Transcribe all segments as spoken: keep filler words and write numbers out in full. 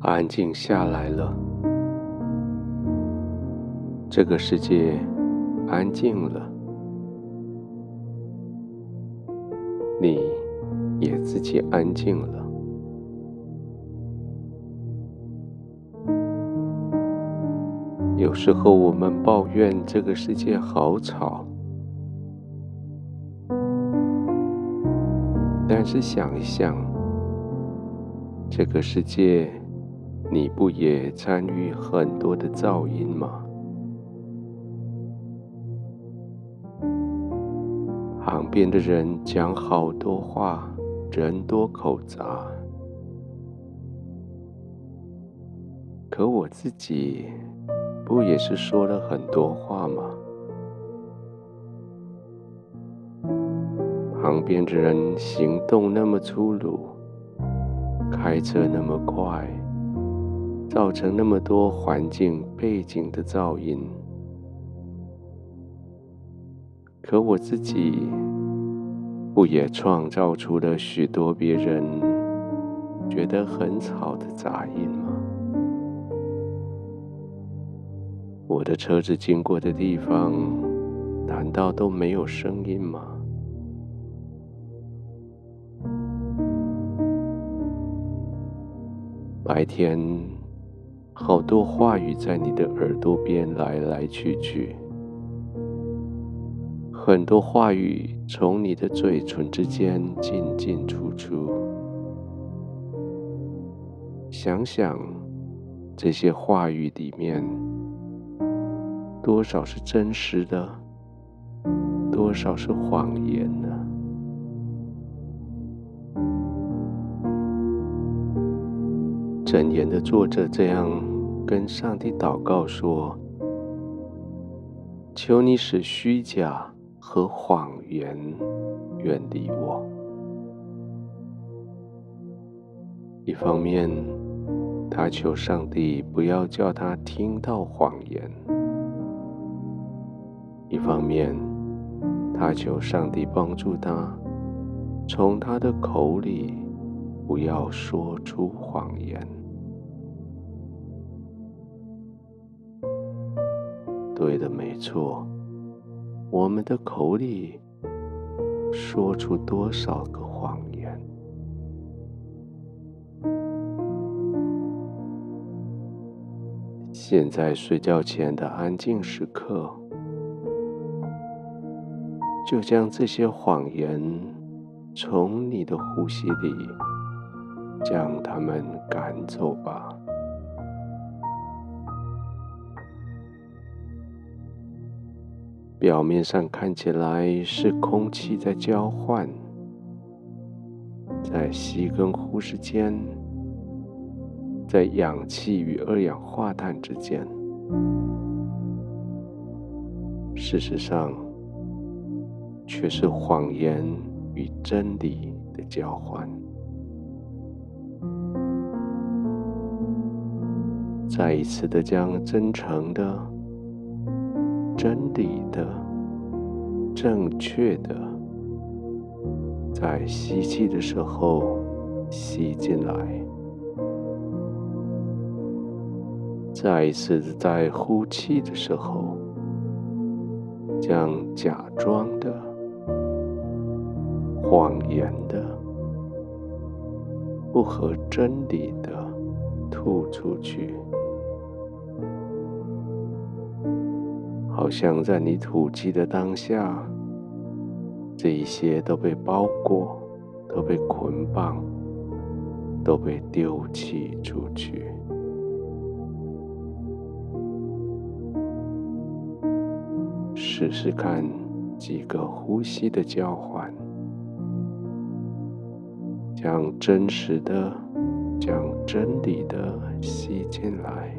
安静下来了，这个世界安静了，你也自己安静了。有时候我们抱怨这个世界好吵，但是想一想，这个世界你不也参与很多的噪音吗？旁边的人讲好多话，人多口杂，可我自己不也是说了很多话吗？旁边的人行动那么粗鲁，开车那么快，造成那么多环境背景的噪音，可我自己不也创造出了许多别人觉得很吵的杂音吗？我的车子经过的地方，难道都没有声音吗？白天，好多话语在你的耳朵边来来去去，很多话语从你的嘴唇之间进进出出。想想这些话语里面，多少是真实的，多少是谎言呢？箴言的作者这样跟上帝祷告说：求你使虚假和谎言远离我。一方面，他求上帝不要叫他听到谎言；一方面，他求上帝帮助他，从他的口里不要说出谎言。对的，没错，我们的口里说出多少个谎言？现在睡觉前的安静时刻，就将这些谎言从你的呼吸里将它们赶走吧。表面上看起来是空气在交换，在吸跟呼之间，在氧气与二氧化碳之间，事实上却是谎言与真理的交换。再一次的将真诚的、真理的、正确的，在吸气的时候吸进来，再一次在呼气的时候，将假装的、谎言的、不合真理的吐出去。好像在你吐气的当下，这一些都被包裹，都被捆绑，都被丢弃出去。试试看几个呼吸的交换，将真实的、将真理的吸进来，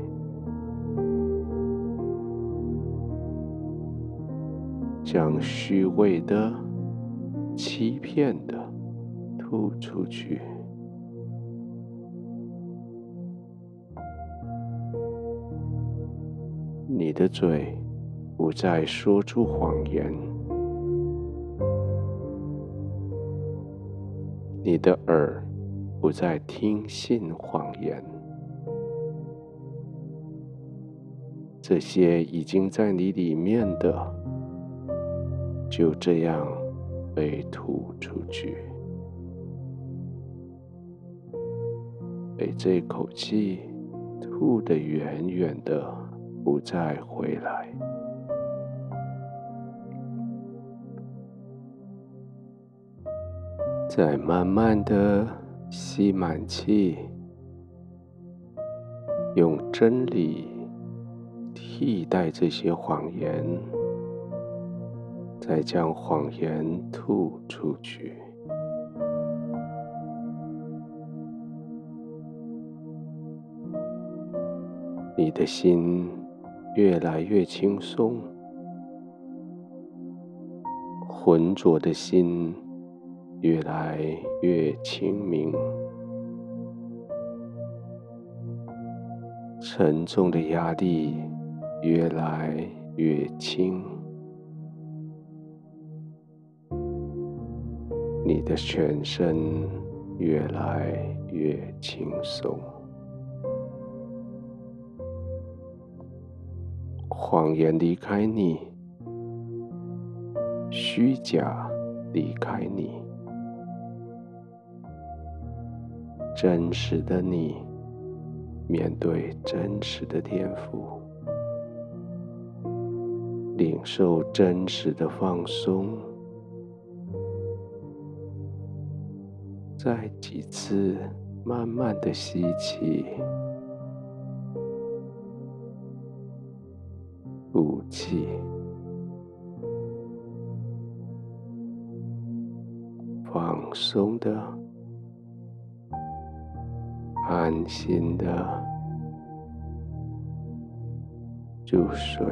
将虚伪的、欺骗的吐出去。你的嘴不再说出谎言，你的耳不再听信谎言， 这些已经在你里面的，就这样被吐出去，被这口气吐得远远的，不再回来。再慢慢的吸满气，用真理替代这些谎言，再将谎言吐出去。你的心越来越轻松，浑浊的心越来越清明，沉重的压力越来越轻，你的全身越来越轻松。谎言离开你，虚假离开你，真实的你面对真实的天赋，领受真实的放松。再几次慢慢的吸气，呼气，放松的，安心的入睡。